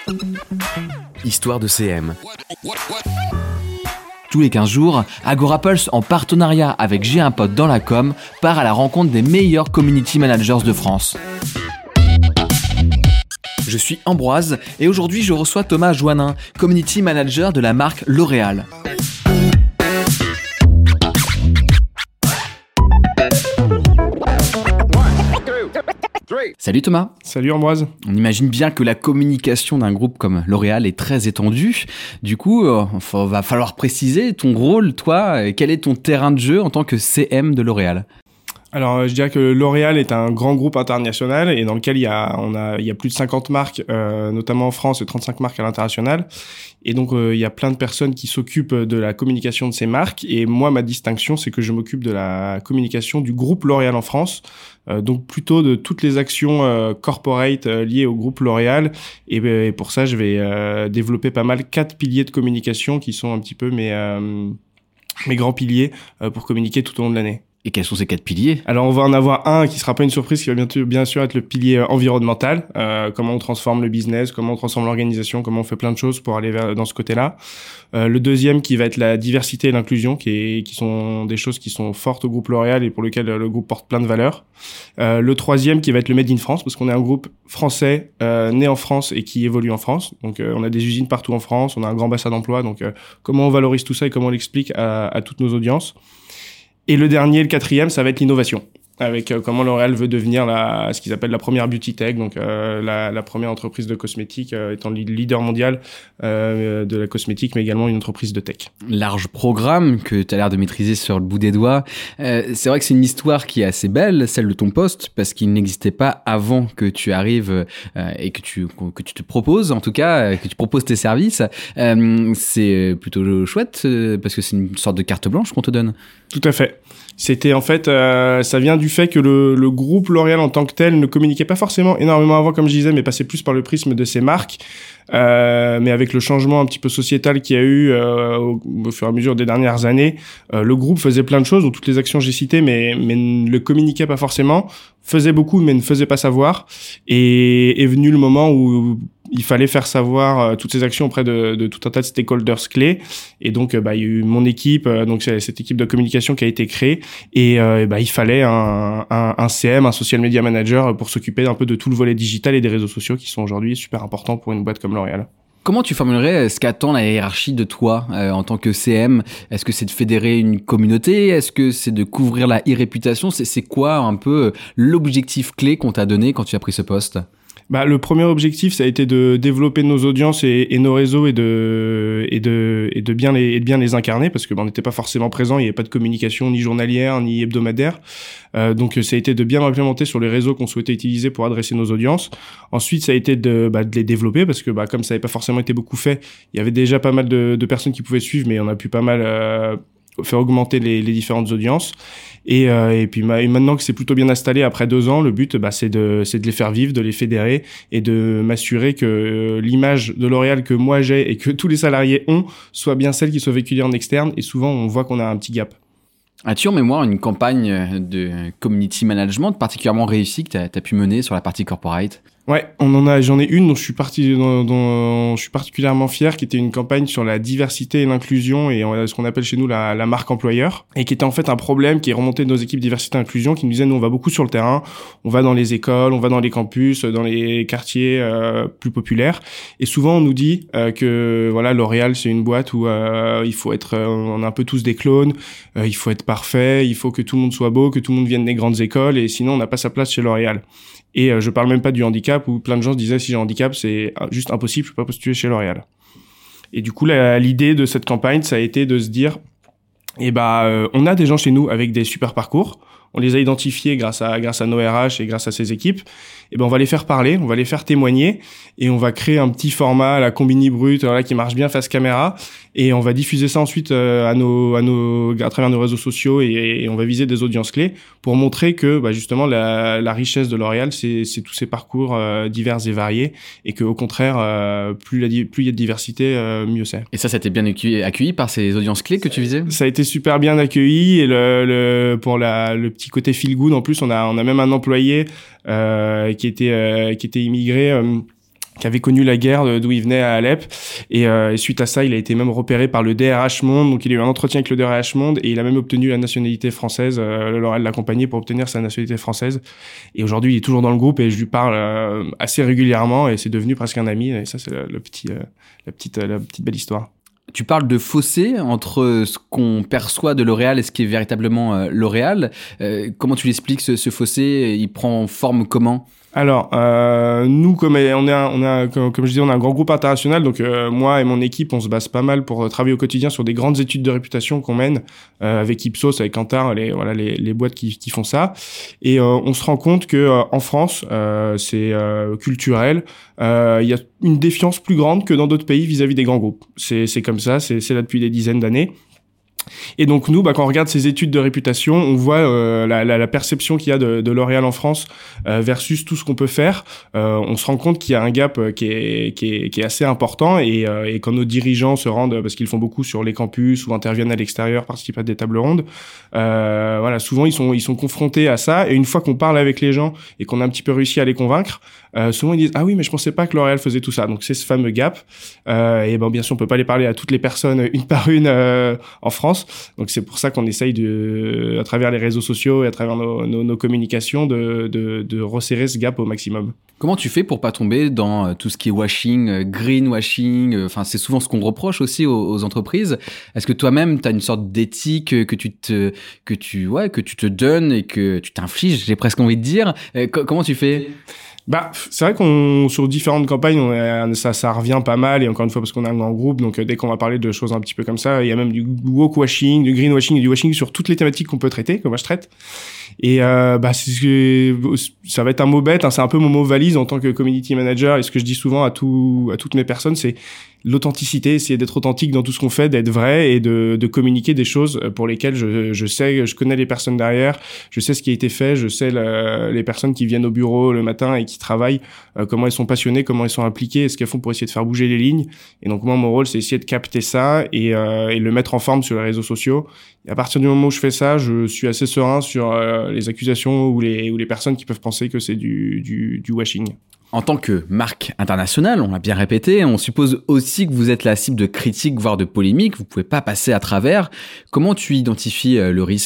Histoire de CM. Tous les 15 jours, Agorapulse, en partenariat avec J'ai un pote dans la com, part à la rencontre des meilleurs community managers de France. Je suis Ambroise et aujourd'hui je reçois Thomas Joannin, community manager de la marque L'Oréal. Salut Thomas. Salut Ambroise. On imagine bien que la communication d'un groupe comme L'Oréal est très étendue. Du coup, va falloir préciser ton rôle, toi. Quel est ton terrain de jeu en tant que CM de L'Oréal ? Alors, je dirais que L'Oréal est un grand groupe international et dans lequel il y a plus de 50 marques, notamment en France, et 35 marques à l'international. Et donc, il y a plein de personnes qui s'occupent de la communication de ces marques. Et moi, ma distinction, c'est que je m'occupe de la communication du groupe L'Oréal en France. Donc, plutôt de toutes les actions corporate liées au groupe L'Oréal. Et pour ça, je vais développer pas mal 4 piliers de communication qui sont un petit peu mes grands piliers pour communiquer tout au long de l'année. Et quels sont ces 4 piliers ? Alors, on va en avoir un qui sera pas une surprise, qui va bien sûr être le pilier environnemental. Comment on transforme le business, comment on transforme l'organisation, comment on fait plein de choses pour aller dans ce côté-là. Le deuxième qui va être la diversité et l'inclusion, qui sont des choses qui sont fortes au groupe L'Oréal et pour lesquelles le groupe porte plein de valeurs. Le troisième qui va être le Made in France, parce qu'on est un groupe français né en France et qui évolue en France. Donc, on a des usines partout en France, on a un grand bassin d'emploi. Donc, comment on valorise tout ça et comment on l'explique à toutes nos audiences. Et le dernier, le quatrième, ça va être l'innovation, avec comment L'Oréal veut devenir ce qu'ils appellent la première beauty tech, donc la première entreprise de cosmétiques, étant le leader mondial de la cosmétique, mais également une entreprise de tech. Large programme que tu as l'air de maîtriser sur le bout des doigts. C'est vrai que c'est une histoire qui est assez belle, celle de ton poste, parce qu'il n'existait pas avant que tu arrives et que tu te proposes, en tout cas, que tu proposes tes services. C'est plutôt chouette, parce que c'est une sorte de carte blanche qu'on te donne. Tout à fait. C'était en fait, ça vient du fait que le groupe L'Oréal en tant que tel ne communiquait pas forcément énormément avant, comme je disais, mais passait plus par le prisme de ses marques. Mais avec le changement un petit peu sociétal qu'il y a eu au fur et à mesure des dernières années, le groupe faisait plein de choses, donc toutes les actions que j'ai citées, mais ne le communiquait pas forcément, faisait beaucoup mais ne faisait pas savoir. Et est venu le moment où il fallait faire savoir toutes ces actions auprès de tout un tas de stakeholders clés. Et donc, il y a eu mon équipe, donc c'est cette équipe de communication qui a été créée. Et il fallait un CM, un social media manager, pour s'occuper un peu de tout le volet digital et des réseaux sociaux qui sont aujourd'hui super importants pour une boîte comme L'Oréal. Comment tu formulerais ce qu'attend la hiérarchie de toi en tant que CM ? Est-ce que c'est de fédérer une communauté ? Est-ce que c'est de couvrir la e-réputation ? C'est quoi un peu l'objectif clé qu'on t'a donné quand tu as pris ce poste ? Le premier objectif, ça a été de développer nos audiences et nos réseaux et de bien les incarner, parce que on n'était pas forcément présent, il n'y avait pas de communication ni journalière ni hebdomadaire. Donc ça a été de bien implémenter sur les réseaux qu'on souhaitait utiliser pour adresser nos audiences. Ensuite, ça a été de les développer, parce que comme ça n'avait pas forcément été beaucoup fait, il y avait déjà pas mal de personnes qui pouvaient suivre, mais on a pu pas mal faire augmenter les différentes audiences. Et puis maintenant que c'est plutôt bien installé après 2 ans, le but c'est de les faire vivre, de les fédérer et de m'assurer que l'image de L'Oréal que moi j'ai et que tous les salariés ont soit bien celle qui soit véhiculée en externe. Et souvent on voit qu'on a un petit gap. As-tu en mémoire une campagne de community management particulièrement réussie que tu as pu mener sur la partie corporate ? Ouais, j'en ai une dont je suis particulièrement fier, qui était une campagne sur la diversité et l'inclusion et ce qu'on appelle chez nous la marque employeur, et qui était en fait un problème qui est remonté de nos équipes diversité et inclusion, qui nous disaient, nous on va beaucoup sur le terrain, on va dans les écoles, on va dans les campus, dans les quartiers plus populaires, et souvent on nous dit que voilà, L'Oréal c'est une boîte où il faut être, on est un peu tous des clones, il faut être parfait, il faut que tout le monde soit beau, que tout le monde vienne des grandes écoles, et sinon on n'a pas sa place chez L'Oréal. Et je parle même pas du handicap, où plein de gens se disaient, si j'ai un handicap, c'est juste impossible, je peux pas postuler chez L'Oréal. Et du coup, l'idée de cette campagne, ça a été de se dire, on a des gens chez nous avec des super parcours, on les a identifiés grâce à nos RH et grâce à ces équipes, et on va les faire parler, on va les faire témoigner, et on va créer un petit format à la Combini Brut, qui marche bien face caméra, et on va diffuser ça ensuite à travers nos réseaux sociaux, et on va viser des audiences clés pour montrer que justement la richesse de L'Oréal, c'est tous ces parcours divers et variés, et que au contraire, plus il y a de diversité, mieux c'est. Et ça a été bien accueilli par ces audiences clés que tu visais ? Ça a été super bien accueilli, et pour le petit côté feel good, en plus on a même un employé qui était immigré, qui avait connu la guerre d'où il venait à Alep, et suite à ça il a été même repéré par le DRH Monde, donc il a eu un entretien avec le DRH Monde et il a même obtenu la nationalité française. L'Oréal l'a accompagné pour obtenir sa nationalité française, et aujourd'hui il est toujours dans le groupe et je lui parle assez régulièrement et c'est devenu presque un ami, et ça c'est la petite belle histoire. Tu parles de fossé entre ce qu'on perçoit de L'Oréal et ce qui est véritablement L'Oréal. Comment tu l'expliques, ce fossé? Il prend forme comment? Alors, nous, comme je disais, on a un grand groupe international, donc moi et mon équipe, on se base pas mal pour travailler au quotidien sur des grandes études de réputation qu'on mène avec Ipsos, avec Kantar, les boîtes qui font ça. Et on se rend compte que en France, c'est culturel. Il y a une défiance plus grande que dans d'autres pays vis-à-vis des grands groupes. C'est comme ça, c'est là depuis des dizaines d'années. Et donc nous, quand on regarde ces études de réputation, on voit la perception qu'il y a de L'Oréal en France versus tout ce qu'on peut faire. On se rend compte qu'il y a un gap qui est assez important, et quand nos dirigeants se rendent, parce qu'ils font beaucoup sur les campus ou interviennent à l'extérieur, participent à des tables rondes, souvent ils sont confrontés à ça. Et une fois qu'on parle avec les gens et qu'on a un petit peu réussi à les convaincre, souvent ils disent ah oui, mais je pensais pas que L'Oréal faisait tout ça. Donc c'est ce fameux gap. Et bien sûr on peut pas les parler à toutes les personnes une par une en France. Donc c'est pour ça qu'on essaye à travers les réseaux sociaux et à travers nos communications de resserrer ce gap au maximum. Comment tu fais pour pas tomber dans tout ce qui est washing, greenwashing? Enfin, c'est souvent ce qu'on reproche aussi aux entreprises. Est-ce que toi-même t'as une sorte d'éthique que tu te donnes et que tu t'infliges, j'ai presque envie de dire? Comment tu fais? C'est vrai sur différentes campagnes, ça revient pas mal, et encore une fois parce qu'on a un grand groupe, donc dès qu'on va parler de choses un petit peu comme ça, il y a même du woke-washing, du greenwashing et du washing sur toutes les thématiques qu'on peut traiter, que moi je traite. Et ça va être un mot bête, hein, c'est un peu mon mot valise en tant que community manager, et ce que je dis souvent à toutes mes personnes, c'est l'authenticité, essayer d'être authentique dans tout ce qu'on fait, d'être vrai et de communiquer des choses pour lesquelles je connais les personnes derrière, je sais ce qui a été fait, je sais les personnes qui viennent au bureau le matin et qui travaillent, comment elles sont passionnées, comment elles sont impliquées, et ce qu'elles font pour essayer de faire bouger les lignes. Et donc moi, mon rôle, c'est essayer de capter ça et le mettre en forme sur les réseaux sociaux. Et à partir du moment où je fais ça, je suis assez serein sur les accusations ou les personnes qui peuvent penser que c'est du washing. En tant que marque internationale, on l'a bien répété, on suppose aussi que vous êtes la cible de critiques, voire de polémiques, vous pouvez pas passer à travers. Comment tu identifies le risque ?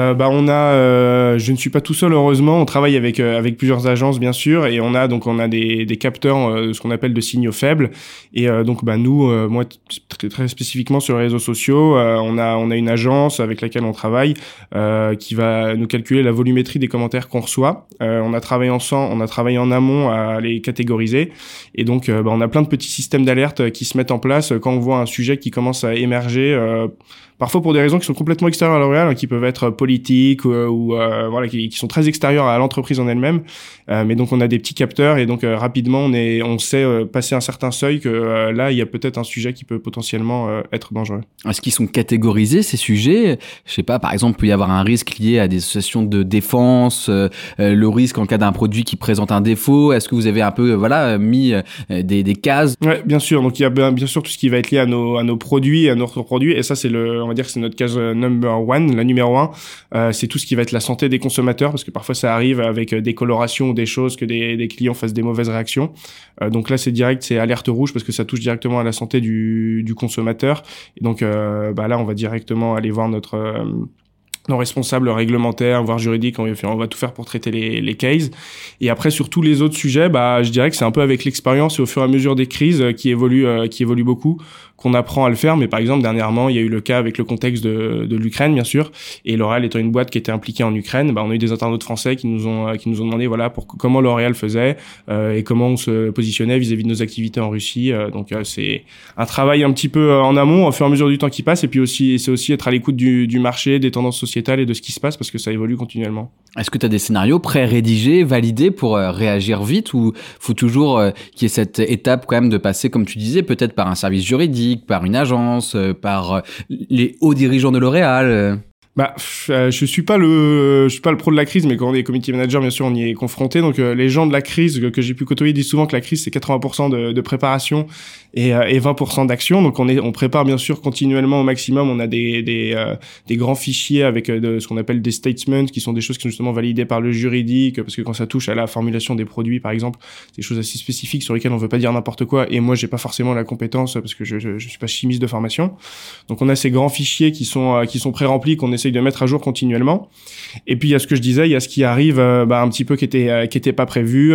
Je ne suis pas tout seul, heureusement. On travaille avec plusieurs agences, bien sûr, et on a des capteurs, ce qu'on appelle de signaux faibles. Et nous, moi très, très spécifiquement sur les réseaux sociaux, on a une agence avec laquelle on travaille qui va nous calculer la volumétrie des commentaires qu'on reçoit. On a travaillé en amont à les catégoriser, et donc on a plein de petits systèmes d'alerte qui se mettent en place quand on voit un sujet qui commence à émerger. Parfois pour des raisons qui sont complètement extérieures à L'Oréal, qui peuvent être politiques qui sont très extérieures à l'entreprise en elle-même. Mais donc on a des petits capteurs, et donc rapidement on sait passer un certain seuil que là il y a peut-être un sujet qui peut potentiellement être dangereux. Est-ce qu'ils sont catégorisés, ces sujets ? Je sais pas, par exemple, il peut y avoir un risque lié à des associations de défense, le risque en cas d'un produit qui présente un défaut. Est-ce que vous avez un peu mis des cases ? Ouais, bien sûr. Donc il y a bien sûr tout ce qui va être lié à nos produits, à nos produits, et ça on va dire que c'est notre case number one, la numéro 1. C'est tout ce qui va être la santé des consommateurs, parce que parfois ça arrive avec des colorations ou des choses que des clients fassent des mauvaises réactions. Donc là c'est direct, c'est alerte rouge parce que ça touche directement à la santé du consommateur. Et donc là on va directement aller voir nos responsables réglementaires, voire juridiques, on va tout faire pour traiter les cases. Et après, sur tous les autres sujets, je dirais que c'est un peu avec l'expérience et au fur et à mesure des crises qui évoluent beaucoup, qu'on apprend à le faire. Mais par exemple, dernièrement, il y a eu le cas avec le contexte de l'Ukraine, bien sûr. Et L'Oréal étant une boîte qui était impliquée en Ukraine, on a eu des internautes français qui nous ont demandé, comment L'Oréal faisait et comment on se positionnait vis-à-vis de nos activités en Russie. Donc c'est un travail un petit peu en amont, au fur et à mesure du temps qui passe. Et puis aussi, c'est aussi être à l'écoute du marché, des tendances sociétales et de ce qui se passe, parce que ça évolue continuellement. Est-ce que tu as des scénarios pré-rédigés, validés pour réagir vite, ou faut toujours qu'il y ait cette étape quand même de passer, comme tu disais, peut-être par un service juridique, par une agence, par les hauts dirigeants de L'Oréal? Je suis pas le pro de la crise, mais quand on est community manager, bien sûr, on y est confronté. Donc, les gens de la crise que j'ai pu côtoyer disent souvent que la crise, c'est 80% de préparation et 20% d'action. Donc, on prépare bien sûr continuellement au maximum. On a des grands fichiers avec ce qu'on appelle des statements, qui sont des choses qui sont justement validées par le juridique, parce que quand ça touche à la formulation des produits, par exemple, c'est des choses assez spécifiques sur lesquelles on veut pas dire n'importe quoi. Et moi, j'ai pas forcément la compétence parce que je suis pas chimiste de formation. Donc, on a ces grands fichiers qui sont pré-remplis, qu'on essaye de mettre à jour continuellement. Et puis il y a ce que je disais, il y a ce qui arrive un petit peu qui était pas prévu,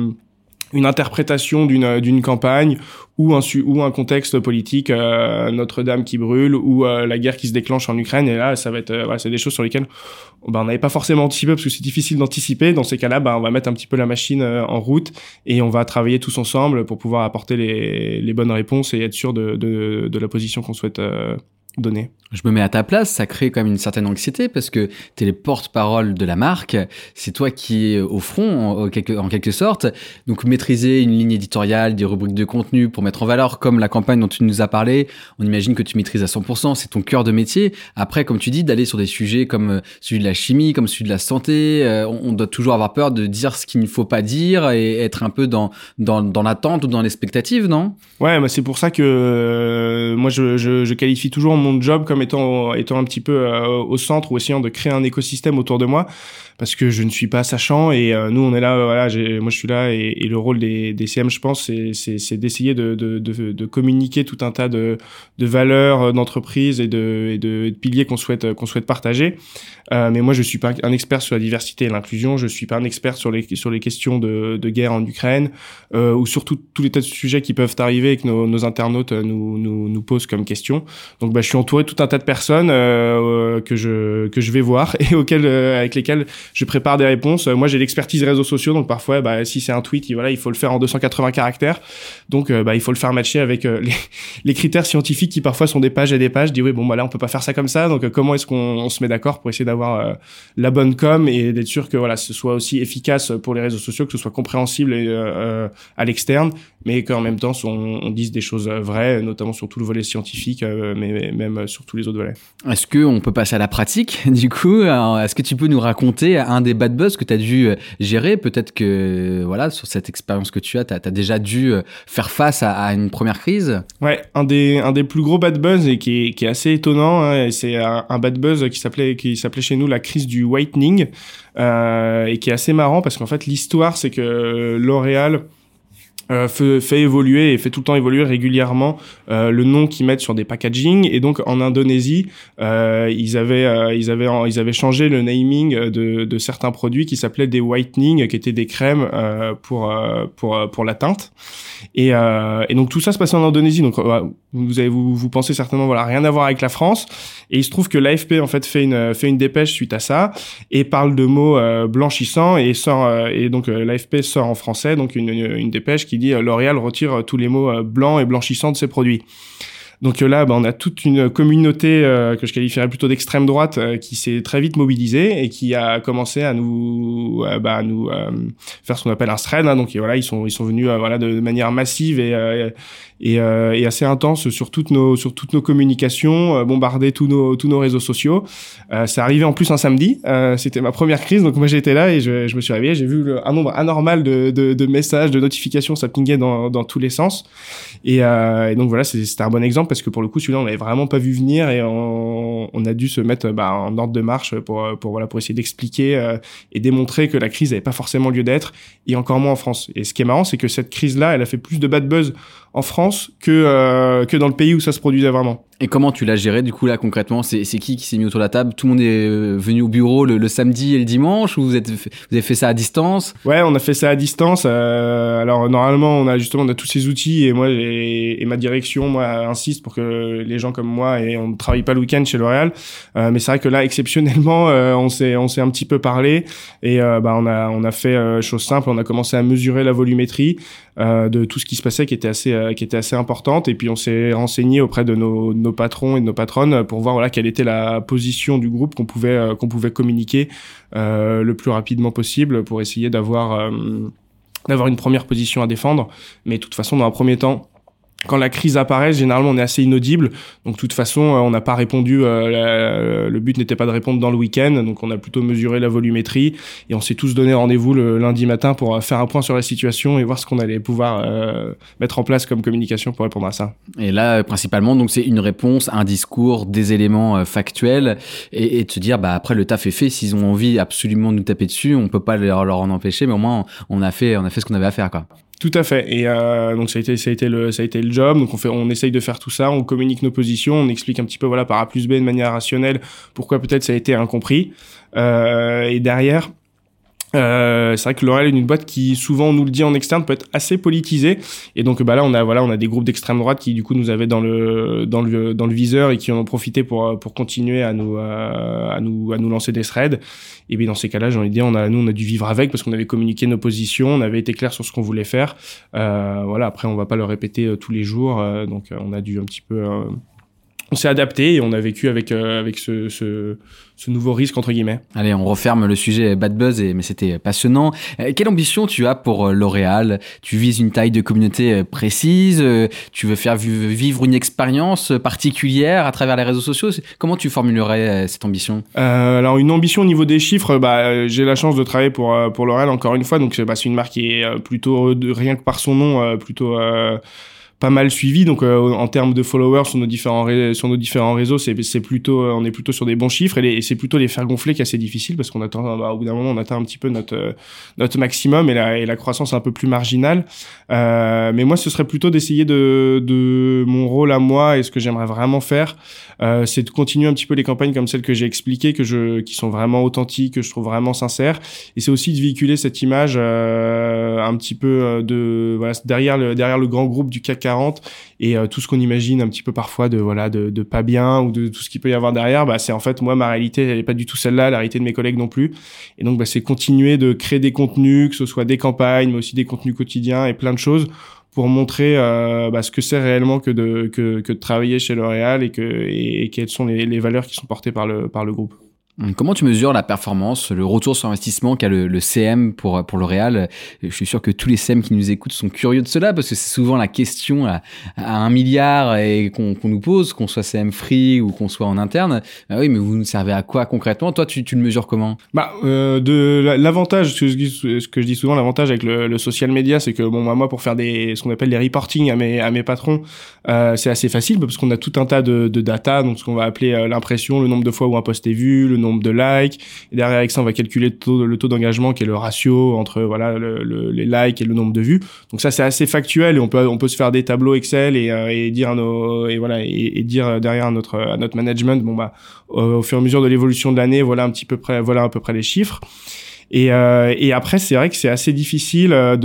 une interprétation d'une campagne ou un contexte politique, Notre-Dame qui brûle ou la guerre qui se déclenche en Ukraine. Et là, ça va être c'est des choses sur lesquelles on n'avait pas forcément anticipé parce que c'est difficile d'anticiper. Dans ces cas-là, on va mettre un petit peu la machine en route et on va travailler tous ensemble pour pouvoir apporter les bonnes réponses et être sûr de la position qu'on souhaite donner. Je me mets à ta place, ça crée quand même une certaine anxiété parce que t'es les porte-parole de la marque, c'est toi qui es au front en quelque sorte, donc maîtriser une ligne éditoriale, des rubriques de contenu pour mettre en valeur, comme la campagne dont tu nous as parlé, on imagine que tu maîtrises à 100%, c'est ton cœur de métier. Après, comme tu dis, d'aller sur des sujets comme celui de la chimie, comme celui de la santé, on doit toujours avoir peur de dire ce qu'il ne faut pas dire et être un peu dans l'attente ou dans l'expectative, non ? Ouais, c'est pour ça que moi je qualifie toujours mon job comme étant un petit peu au centre ou essayant de créer un écosystème autour de moi, parce que je ne suis pas sachant et nous on est là, moi je suis là et le rôle des CM, je pense, c'est d'essayer de communiquer tout un tas de valeurs d'entreprise et de piliers qu'on souhaite partager. Mais moi je suis pas un expert sur la diversité et l'inclusion, je suis pas un expert sur les questions de guerre en Ukraine ou sur tous les tas de sujets qui peuvent arriver et que nos internautes nous posent comme questions. Donc je suis entouré de tout un tas de personnes que je vais voir et avec lesquelles je prépare des réponses. Moi j'ai l'expertise réseaux sociaux, donc parfois si c'est un tweet, il faut le faire en 280 caractères. Donc il faut le faire matcher avec les critères scientifiques qui parfois sont des pages et des pages. Je dis là on peut pas faire ça comme ça. Donc comment est-ce qu'on se met d'accord pour essayer d'avoir la bonne com et d'être sûr que ce soit aussi efficace pour les réseaux sociaux, que ce soit compréhensible à l'externe, mais qu'en même temps on dise des choses vraies, notamment sur tout le volet scientifique, mais même sur tous les autres volets. Est-ce qu'on peut passer à la pratique du coup? Alors, est-ce que tu peux nous raconter un des bad buzz que tu as dû gérer? Peut-être que sur cette expérience que tu as déjà dû faire face à une première crise. Ouais, un des plus gros bad buzz et qui est assez étonnant, hein, c'est un bad buzz qui s'appelait chez nous la crise du whitening, et qui est assez marrant parce qu'en fait l'histoire c'est que L'Oréal fait évoluer et fait tout le temps évoluer régulièrement le nom qu'ils mettent sur des packaging, et donc en Indonésie ils avaient changé le naming de certains produits qui s'appelaient des whitening, qui étaient des crèmes pour la teinte, et donc tout ça se passait en Indonésie. Donc vous pensez certainement rien à voir avec la France, et il se trouve que l'AFP en fait fait une dépêche suite à ça et parle de mots blanchissants, et donc l'AFP sort en français donc une dépêche qui dit L'Oréal retire tous les mots blancs et blanchissants de ses produits. Donc là, on a toute une communauté que je qualifierais plutôt d'extrême droite qui s'est très vite mobilisée et qui a commencé à nous faire ce qu'on appelle un thread, hein. Donc ils sont venus de manière massive et assez intense sur toutes nos communications, bombarder tous nos réseaux sociaux. C'est arrivé en plus un samedi, c'était ma première crise, donc moi j'étais là et je me suis réveillé, j'ai vu un nombre anormal de messages, de notifications, ça pingait dans tous les sens, et donc c'était un bon exemple parce que pour le coup celui-là on l'avait vraiment pas vu venir, et on a dû se mettre en ordre de marche pour essayer d'expliquer et démontrer que la crise n'avait pas forcément lieu d'être, et encore moins en France. Et ce qui est marrant, c'est que cette crise-là, elle a fait plus de bad buzz en France que dans le pays où ça se produisait vraiment. Et comment tu l'as géré du coup là concrètement? C'est qui s'est mis autour de la table? Tout le monde est venu au bureau le samedi et le dimanche, ou vous avez fait ça à distance? Ouais, on a fait ça à distance. Alors normalement on a tous ces outils, et moi et ma direction insiste pour que les gens comme moi, et on ne travaille pas le week-end chez L'Oréal, mais c'est vrai que là exceptionnellement on s'est un petit peu parlé, et on a fait chose simple, on a commencé à mesurer la volumétrie de tout ce qui se passait qui était assez importante, et puis on s'est renseigné auprès de nos patrons et de nos patronnes pour voir quelle était la position du groupe qu'on pouvait communiquer le plus rapidement possible pour essayer d'avoir une première position à défendre. Mais de toute façon, dans un premier temps, quand la crise apparaît, généralement, on est assez inaudible. Donc, de toute façon, on n'a pas répondu. Le but n'était pas de répondre dans le week-end. Donc, on a plutôt mesuré la volumétrie. Et on s'est tous donné rendez-vous le lundi matin pour faire un point sur la situation et voir ce qu'on allait pouvoir mettre en place comme communication pour répondre à ça. Et là, principalement, donc c'est une réponse, un discours, des éléments factuels et de se dire, bah après, le taf est fait. S'ils ont envie absolument de nous taper dessus, on peut pas leur en empêcher. Mais au moins, on a fait ce qu'on avait à faire, quoi. Tout à fait. Et donc ça a été le job. Donc on essaye de faire tout ça, on communique nos positions, on explique un petit peu par A plus B de manière rationnelle pourquoi peut-être ça a été incompris. Et derrière, c'est vrai que L'Oréal est une boîte qui souvent, on nous le dit en externe, peut être assez politisée. Et donc là on a des groupes d'extrême droite qui du coup nous avaient dans le viseur et qui en ont profité pour continuer à nous lancer des threads. Et bien dans ces cas-là, j'ai envie de dire, on a dû vivre avec parce qu'on avait communiqué nos positions, on avait été clair sur ce qu'on voulait faire. Après on va pas le répéter tous les jours, donc on a dû un petit peu on s'est adapté et on a vécu avec ce nouveau risque entre guillemets. Allez, on referme le sujet bad buzz, mais c'était passionnant. Quelle ambition tu as pour L'Oréal ? Tu vises une taille de communauté précise ? Tu veux faire vivre une expérience particulière à travers les réseaux sociaux ? Comment tu formulerais cette ambition ? Alors une ambition au niveau des chiffres, j'ai la chance de travailler pour L'Oréal encore une fois, donc c'est une marque qui est plutôt rien que par son nom plutôt pas mal suivi. Donc en termes de followers sur nos différents réseaux, c'est plutôt on est plutôt sur des bons chiffres et c'est plutôt les faire gonfler qui est assez difficile parce qu'on attend au bout d'un moment on atteint un petit peu notre maximum et la croissance est un peu plus marginale. Mais moi ce serait plutôt d'essayer de mon rôle à moi et ce que j'aimerais vraiment faire, c'est de continuer un petit peu les campagnes comme celles que j'ai expliquées qui sont vraiment authentiques, que je trouve vraiment sincères, et c'est aussi de véhiculer cette image un petit peu derrière le grand groupe du CAC 40 et tout ce qu'on imagine un petit peu parfois de pas bien ou de tout ce qu'il peut y avoir derrière, c'est en fait moi ma réalité elle est pas du tout celle-là, la réalité de mes collègues non plus, et donc c'est continuer de créer des contenus, que ce soit des campagnes mais aussi des contenus quotidiens et plein de choses pour montrer ce que c'est réellement que de travailler chez L'Oréal et quelles sont les valeurs qui sont portées par le groupe. Comment tu mesures la performance, le retour sur investissement qu'a le CM pour L'Oréal ? Je suis sûr que tous les CM qui nous écoutent sont curieux de cela parce que c'est souvent la question à 1 milliard et qu'on nous pose, qu'on soit CM free ou qu'on soit en interne. Oui, mais vous nous servez à quoi concrètement ? Toi, tu le mesures comment ? L'avantage, ce que je dis souvent, l'avantage avec le social media, c'est que moi pour faire ce qu'on appelle des reporting à mes patrons, c'est assez facile parce qu'on a tout un tas de data, donc ce qu'on va appeler l'impression, le nombre de fois où un post est vu, le nombre de likes, et derrière avec ça on va calculer le taux d'engagement qui est le ratio entre les likes et le nombre de vues. Donc ça c'est assez factuel et on peut se faire des tableaux Excel et dire dire derrière à notre management au fur et à mesure de l'évolution de l'année voilà à peu près les chiffres. Et après c'est vrai que c'est assez difficile pas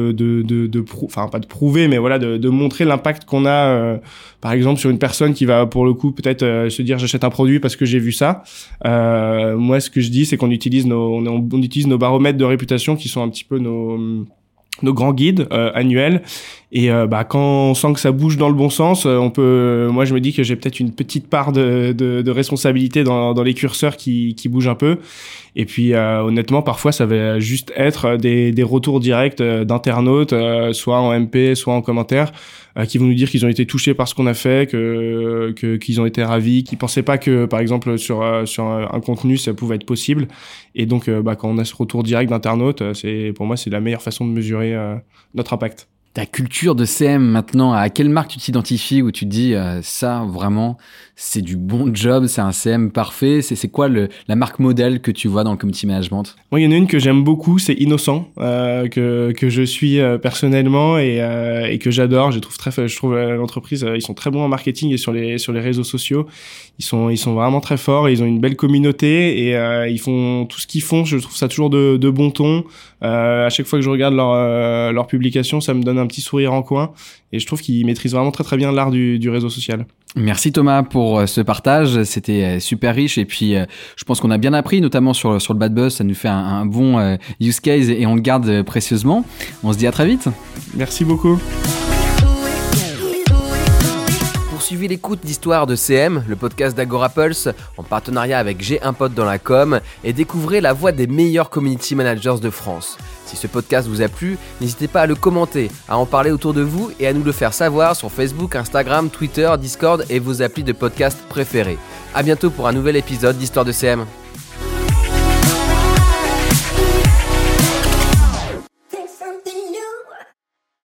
de prouver mais de montrer l'impact qu'on a par exemple sur une personne qui va pour le coup peut-être se dire j'achète un produit parce que j'ai vu ça. Moi ce que je dis c'est qu'on utilise on utilise nos baromètres de réputation qui sont un petit peu nos grands guides annuels, et quand on sent que ça bouge dans le bon sens, moi je me dis que j'ai peut-être une petite part de responsabilité dans les curseurs qui bougent un peu. Et puis honnêtement parfois ça va juste être des retours directs d'internautes, soit en MP soit en commentaire, qui vont nous dire qu'ils ont été touchés par ce qu'on a fait, qu'ils ont été ravis, qu'ils pensaient pas que par exemple sur un contenu ça pouvait être possible. Et donc quand on a ce retour direct d'internautes, pour moi c'est la meilleure façon de mesurer notre impact. Ta culture de CM maintenant, à quelle marque tu t'identifies où tu te dis ça vraiment c'est du bon job, c'est un CM parfait, c'est quoi la marque modèle que tu vois dans le community management ? Moi, il y en a une que j'aime beaucoup, c'est Innocent, que je suis personnellement et que j'adore. Je trouve l'entreprise, ils sont très bons en marketing et sur les réseaux sociaux. Ils sont vraiment très forts et ils ont une belle communauté et ils font tout ce qu'ils font. Je trouve ça toujours de bon ton. À chaque fois que je regarde leur publication, ça me donne un petit sourire en coin et je trouve qu'ils maîtrisent vraiment très très bien l'art du réseau social. Merci Thomas pour ce partage, c'était super riche et puis je pense qu'on a bien appris, notamment sur le bad buzz, ça nous fait un bon use case et on le garde précieusement. On se dit à très vite. Merci beaucoup. Pour poursuivez l'écoute d'Histoire de CM, le podcast d'Agora Pulse, en partenariat avec J'ai un pote dans la com, et découvrez la voix des meilleurs community managers de France. Si ce podcast vous a plu, n'hésitez pas à le commenter, à en parler autour de vous et à nous le faire savoir sur Facebook, Instagram, Twitter, Discord et vos applis de podcast préférés. À bientôt pour un nouvel épisode d'Histoire de CM.